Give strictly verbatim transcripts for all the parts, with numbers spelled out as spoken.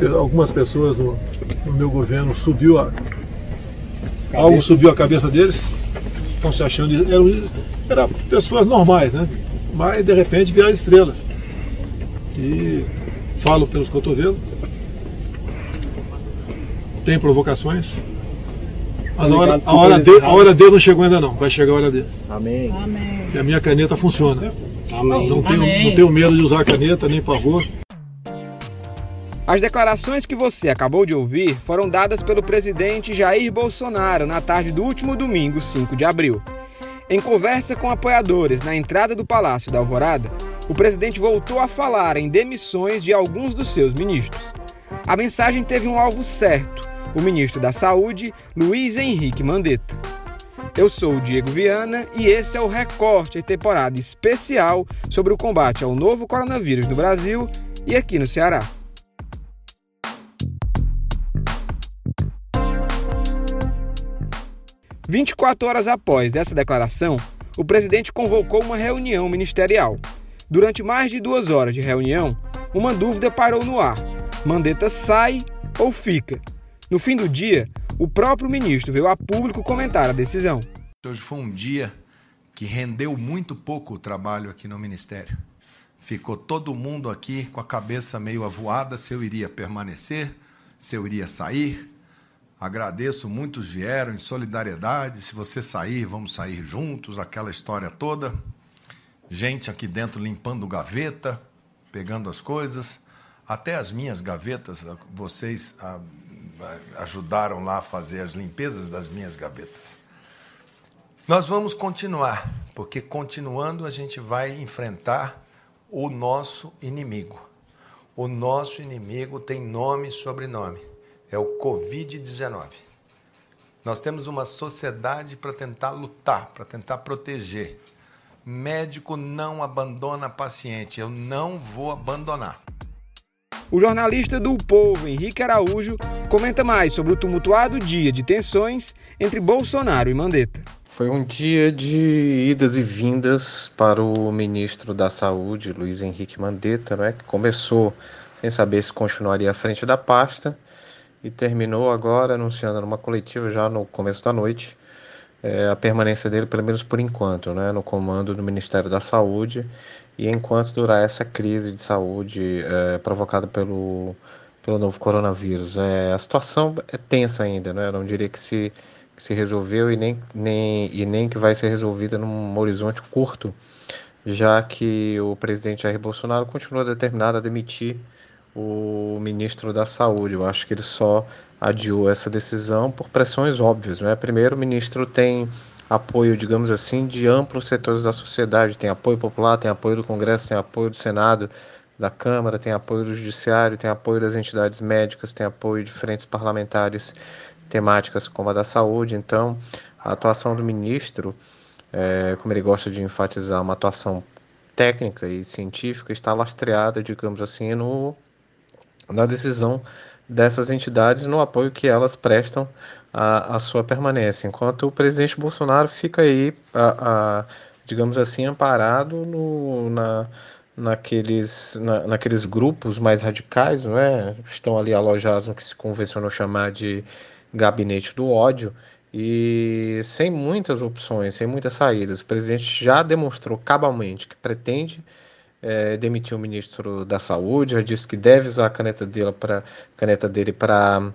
algumas pessoas no, no meu governo subiu a, algo subiu a cabeça deles, estão se achando, eram, eram pessoas normais, né? Mas de repente viraram estrelas. E falo pelos cotovelos, tem provocações, mas a hora, a, hora de, a hora dele não chegou ainda não, vai chegar a hora dele. Amém. Amém. E a minha caneta funciona. Amém. Não tenho, Amém. não tenho medo de usar a caneta, nem pavor. As declarações que você acabou de ouvir foram dadas pelo presidente Jair Bolsonaro na tarde do último domingo, cinco de abril. Em conversa com apoiadores na entrada do Palácio da Alvorada, o presidente voltou a falar em demissões de alguns dos seus ministros. A mensagem teve um alvo certo: o ministro da Saúde, Luiz Henrique Mandetta. Eu sou o Diego Viana e esse é o Recorte, temporada especial sobre o combate ao novo coronavírus no Brasil e aqui no Ceará. vinte e quatro horas após essa declaração, o presidente convocou uma reunião ministerial. Durante mais de duas horas de reunião, uma dúvida pairou no ar: Mandetta sai ou fica? No fim do dia, o próprio ministro veio a público comentar a decisão. Hoje foi um dia que rendeu muito pouco o trabalho aqui no Ministério. Ficou todo mundo aqui com a cabeça meio avoada se eu iria permanecer, se eu iria sair. Agradeço, muitos vieram em solidariedade. Se você sair, vamos sair juntos, aquela história toda. Gente aqui dentro limpando gaveta, pegando as coisas. Até as minhas gavetas, vocês ah, ajudaram lá a fazer as limpezas das minhas gavetas. Nós vamos continuar, porque continuando a gente vai enfrentar o nosso inimigo. O nosso inimigo tem nome e sobrenome. É o covid dezenove. Nós temos uma sociedade para tentar lutar, para tentar proteger. Médico não abandona paciente. Eu não vou abandonar. O jornalista do Povo, Henrique Araújo, comenta mais sobre o tumultuado dia de tensões entre Bolsonaro e Mandetta. Foi um dia de idas e vindas para o ministro da Saúde, Luiz Henrique Mandetta, né, que começou sem saber se continuaria à frente da pasta e terminou agora anunciando numa coletiva já no começo da noite é, a permanência dele, pelo menos por enquanto, né, no comando do Ministério da Saúde, e enquanto durar essa crise de saúde é, provocada pelo, pelo novo coronavírus. É, a situação é tensa ainda, né, eu não diria que se, que se resolveu e nem, nem, e nem que vai ser resolvida num horizonte curto, já que o presidente Jair Bolsonaro continua determinado a demitir o ministro da Saúde. Eu acho que ele só adiou essa decisão por pressões óbvias, né? Primeiro, o ministro tem apoio, digamos assim, de amplos setores da sociedade, tem apoio popular, tem apoio do Congresso, tem apoio do Senado, da Câmara, tem apoio do Judiciário, tem apoio das entidades médicas, tem apoio de frentes parlamentares temáticas como a da saúde. Então, a atuação do ministro, é, como ele gosta de enfatizar, uma atuação técnica e científica, está lastreada, digamos assim, no na decisão dessas entidades, no apoio que elas prestam à, à sua permanência, enquanto o presidente Bolsonaro fica aí, a, a, digamos assim, amparado no, na, naqueles, na, naqueles grupos mais radicais, não é? Estão ali alojados no que se convencionou chamar de gabinete do ódio, e sem muitas opções, sem muitas saídas. O presidente já demonstrou cabalmente que pretende É, demitiu o ministro da Saúde, já disse que deve usar a caneta dele para caneta dele para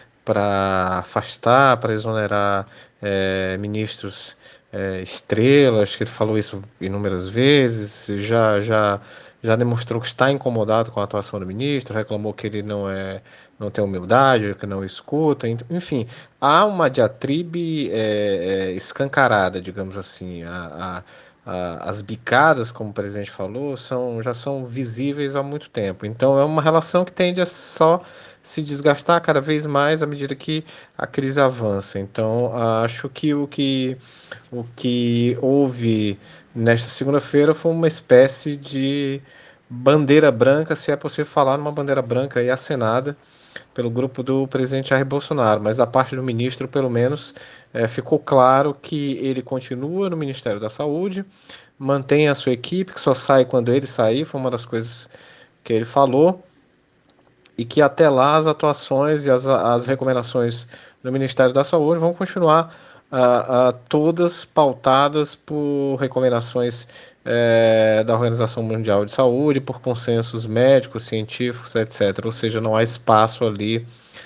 para afastar, para exonerar é, ministros é, estrelas, que ele falou isso inúmeras vezes, já já já demonstrou que está incomodado com a atuação do ministro, reclamou que ele não é não tem humildade, que não escuta, enfim, há uma diatribe é, é, escancarada, digamos assim. a, a As bicadas, como o presidente falou, são, já são visíveis há muito tempo. Então é uma relação que tende a só se desgastar cada vez mais à medida que a crise avança. Então acho que o que, o que houve nesta segunda-feira foi uma espécie de bandeira branca, se é possível falar numa bandeira branca aí acenada pelo grupo do presidente Jair Bolsonaro, mas da parte do ministro, pelo menos, é, ficou claro que ele continua no Ministério da Saúde, mantém a sua equipe, que só sai quando ele sair, foi uma das coisas que ele falou, e que até lá as atuações e as, as recomendações do Ministério da Saúde vão continuar uh, uh, todas pautadas por recomendações é, da Organização Mundial de Saúde, por consensos médicos, científicos, etcétera. Ou seja, não há espaço ali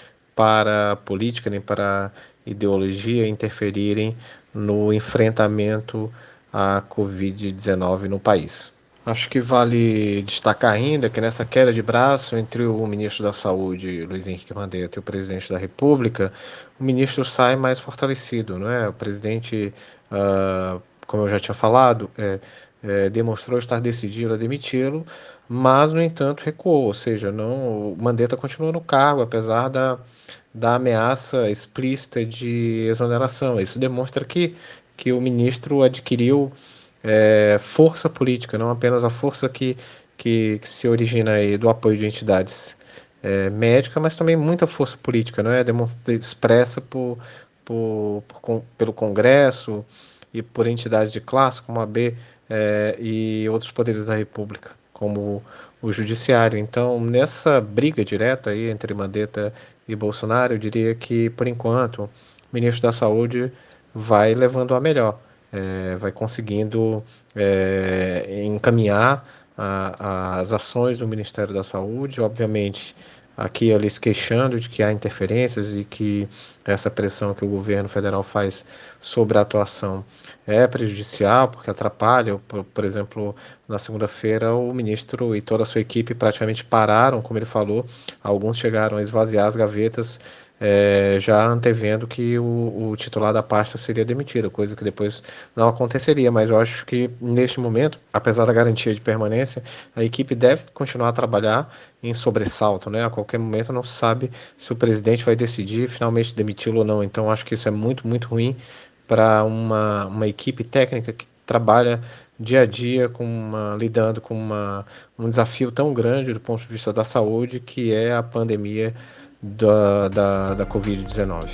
para política nem para ideologia interferirem no enfrentamento à covid dezenove no país. Acho que vale destacar ainda que nessa queda de braço entre o ministro da Saúde, Luiz Henrique Mandetta, e o presidente da República, o ministro sai mais fortalecido, não é? O presidente, uh, como eu já tinha falado, é, é, demonstrou estar decidido a demiti-lo, mas, no entanto, recuou, ou seja, não, o Mandetta continua no cargo, apesar da, da ameaça explícita de exoneração. Isso demonstra que, que o ministro adquiriu É, força política, não apenas a força que, que, que se origina aí do apoio de entidades é, médicas, mas também muita força política, não é? Expressa por, por, por, pelo Congresso e por entidades de classe como a B é, e outros poderes da República, como o Judiciário. Então, nessa briga direta aí entre Mandetta e Bolsonaro, eu diria que, por enquanto, o ministro da Saúde vai levando a melhor. É, vai conseguindo é, encaminhar a, as ações do Ministério da Saúde, obviamente aqui eles queixando de que há interferências e que essa pressão que o governo federal faz sobre a atuação é prejudicial, porque atrapalha. Por, por exemplo, na segunda-feira o ministro e toda a sua equipe praticamente pararam, como ele falou, alguns chegaram a esvaziar as gavetas, É, já antevendo que o, o titular da pasta seria demitido, coisa que depois não aconteceria, mas eu acho que neste momento, apesar da garantia de permanência, a equipe deve continuar a trabalhar em sobressalto, né? A qualquer momento não se sabe se o presidente vai decidir finalmente demiti-lo ou não, então acho que isso é muito, muito ruim para uma, uma equipe técnica que trabalha dia a dia com uma, lidando com uma, um desafio tão grande do ponto de vista da saúde, que é a pandemia da, da, da covid dezenove.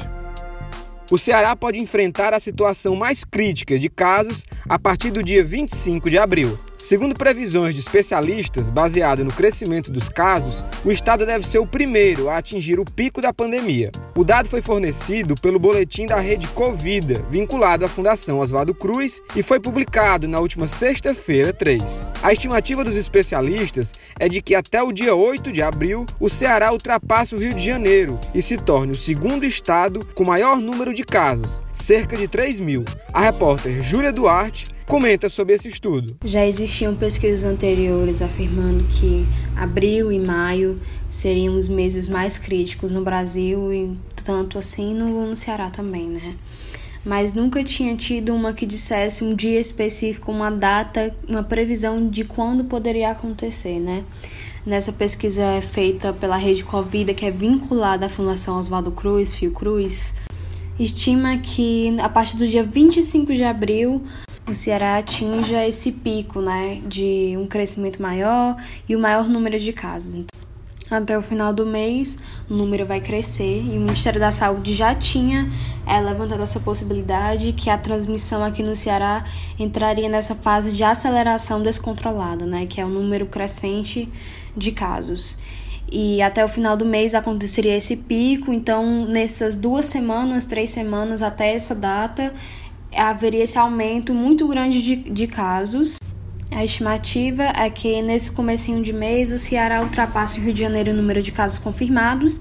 O Ceará pode enfrentar a situação mais crítica de casos a partir do dia vinte e cinco de abril. Segundo previsões de especialistas, baseado no crescimento dos casos, o estado deve ser o primeiro a atingir o pico da pandemia. O dado foi fornecido pelo boletim da rede Covida, vinculado à Fundação Oswaldo Cruz, e foi publicado na última sexta-feira, três. A estimativa dos especialistas é de que até o dia oito de abril, o Ceará ultrapasse o Rio de Janeiro e se torne o segundo estado com maior número de casos, cerca de três mil. A repórter Júlia Duarte comenta sobre esse estudo. Já existiam pesquisas anteriores afirmando que abril e maio seriam os meses mais críticos no Brasil e tanto assim no, no Ceará também, né? Mas nunca tinha tido uma que dissesse um dia específico, uma data, uma previsão de quando poderia acontecer, né? Nessa pesquisa feita pela rede Covida, que é vinculada à Fundação Oswaldo Cruz, Fiocruz, estima que a partir do dia vinte e cinco de abril o Ceará atinja esse pico, né, de um crescimento maior e o maior número de casos. Até o final do mês, o número vai crescer e o Ministério da Saúde já tinha é, levantado essa possibilidade que a transmissão aqui no Ceará entraria nessa fase de aceleração descontrolada, né, que é o número crescente de casos. E até o final do mês aconteceria esse pico, então nessas duas semanas, três semanas até essa data, haveria esse aumento muito grande de, de casos. A estimativa é que nesse comecinho de mês o Ceará ultrapasse o Rio de Janeiro no número de casos confirmados,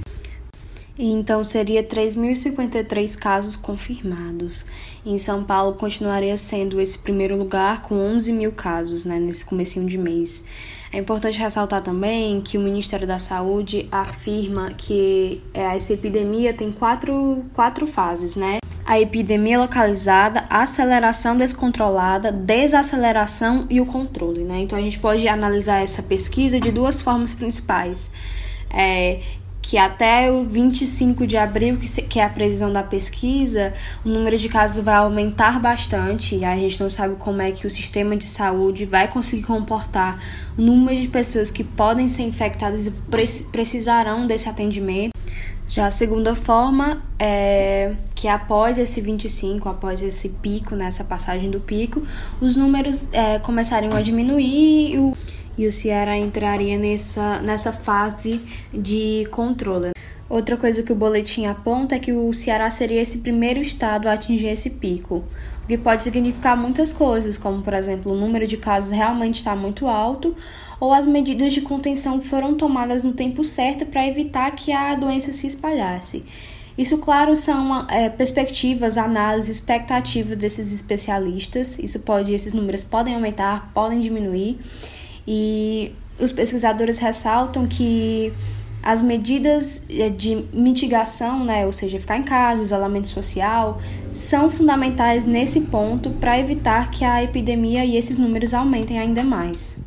e então seria três mil e cinquenta e três casos confirmados. Em São Paulo continuaria sendo esse primeiro lugar com onze mil casos, né, nesse comecinho de mês. É importante ressaltar também que o Ministério da Saúde afirma que essa epidemia tem quatro, quatro fases, né? A epidemia localizada, a aceleração descontrolada, desaceleração e o controle, né? Então a gente pode analisar essa pesquisa de duas formas principais. É, que até o vinte e cinco de abril, que, se, que é a previsão da pesquisa, o número de casos vai aumentar bastante, e a gente não sabe como é que o sistema de saúde vai conseguir comportar o número de pessoas que podem ser infectadas e precisarão desse atendimento. Já a segunda forma é que após esse vinte e cinco, após esse pico, nessa passagem do pico, os números é, começariam a diminuir e o, e o Ceará entraria nessa, nessa fase de controle. Outra coisa que o boletim aponta é que o Ceará seria esse primeiro estado a atingir esse pico, o que pode significar muitas coisas, como, por exemplo, o número de casos realmente está muito alto, ou as medidas de contenção foram tomadas no tempo certo para evitar que a doença se espalhasse. Isso, claro, são é, perspectivas, análises, expectativas desses especialistas. Isso pode, esses números podem aumentar, podem diminuir, e os pesquisadores ressaltam que as medidas de mitigação, né, ou seja, ficar em casa, isolamento social, são fundamentais nesse ponto para evitar que a epidemia e esses números aumentem ainda mais.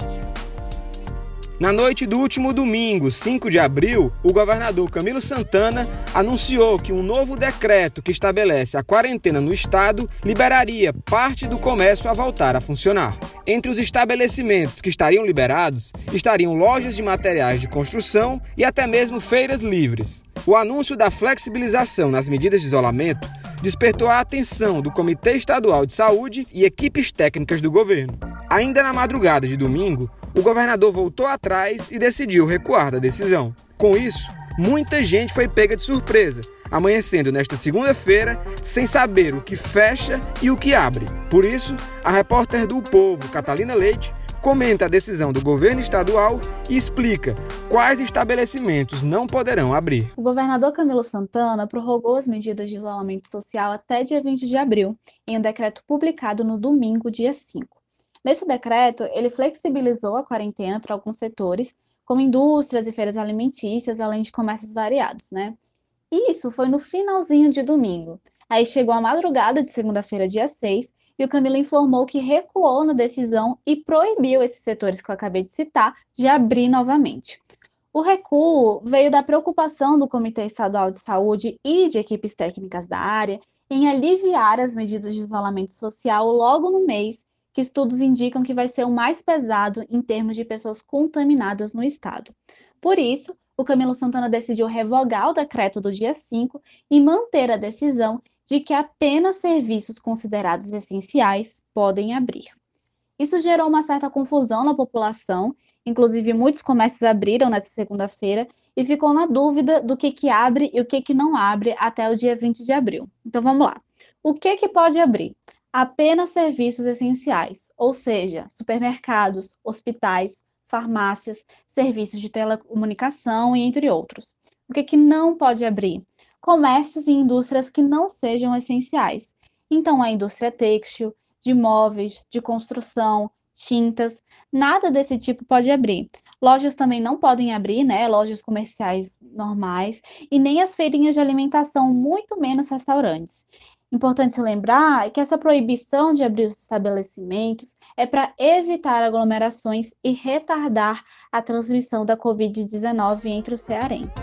Na noite do último domingo, cinco de abril, o governador Camilo Santana anunciou que um novo decreto que estabelece a quarentena no estado liberaria parte do comércio a voltar a funcionar. Entre os estabelecimentos que estariam liberados, estariam lojas de materiais de construção e até mesmo feiras livres. O anúncio da flexibilização nas medidas de isolamento despertou a atenção do Comitê Estadual de Saúde e equipes técnicas do governo. Ainda na madrugada de domingo, o governador voltou atrás e decidiu recuar da decisão. Com isso, muita gente foi pega de surpresa, amanhecendo nesta segunda-feira sem saber o que fecha e o que abre. Por isso, a repórter do O Povo, Catalina Leite, comenta a decisão do governo estadual e explica quais estabelecimentos não poderão abrir. O governador Camilo Santana prorrogou as medidas de isolamento social até dia vinte de abril, em um decreto publicado no domingo, dia cinco. Nesse decreto, ele flexibilizou a quarentena para alguns setores, como indústrias e feiras alimentícias, além de comércios variados, né? Isso foi no finalzinho de domingo. Aí chegou a madrugada de segunda-feira, dia seis, e o Camilo informou que recuou na decisão e proibiu esses setores que eu acabei de citar de abrir novamente. O recuo veio da preocupação do Comitê Estadual de Saúde e de equipes técnicas da área em aliviar as medidas de isolamento social logo no mês, que estudos indicam que vai ser o mais pesado em termos de pessoas contaminadas no estado. Por isso, o Camilo Santana decidiu revogar o decreto do dia cinco e manter a decisão de que apenas serviços considerados essenciais podem abrir. Isso gerou uma certa confusão na população, inclusive muitos comércios abriram nessa segunda-feira e ficou na dúvida do que, que abre e o que, que não abre até o dia vinte de abril. Então vamos lá. O que, que pode abrir? Apenas serviços essenciais, ou seja, supermercados, hospitais, farmácias, serviços de telecomunicação e entre outros. O que, que não pode abrir? Comércios e indústrias que não sejam essenciais. Então, a indústria têxtil, de móveis, de construção, tintas, nada desse tipo pode abrir. Lojas também não podem abrir, né? Lojas comerciais normais, e nem as feirinhas de alimentação, muito menos restaurantes. Importante lembrar que essa proibição de abrir os estabelecimentos é para evitar aglomerações e retardar a transmissão da covid dezenove entre os cearenses.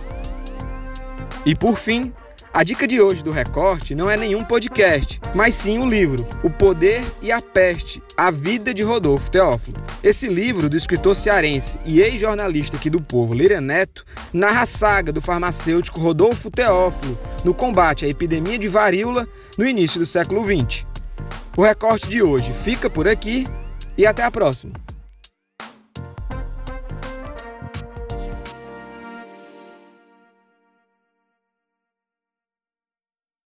E por fim, a dica de hoje do Recorte não é nenhum podcast, mas sim o livro O Poder e a Peste, A Vida de Rodolfo Teófilo. Esse livro do escritor cearense e ex-jornalista aqui do Povo, Líria Neto, narra a saga do farmacêutico Rodolfo Teófilo no combate à epidemia de varíola no início do século vinte. O Recorte de hoje fica por aqui e até a próxima.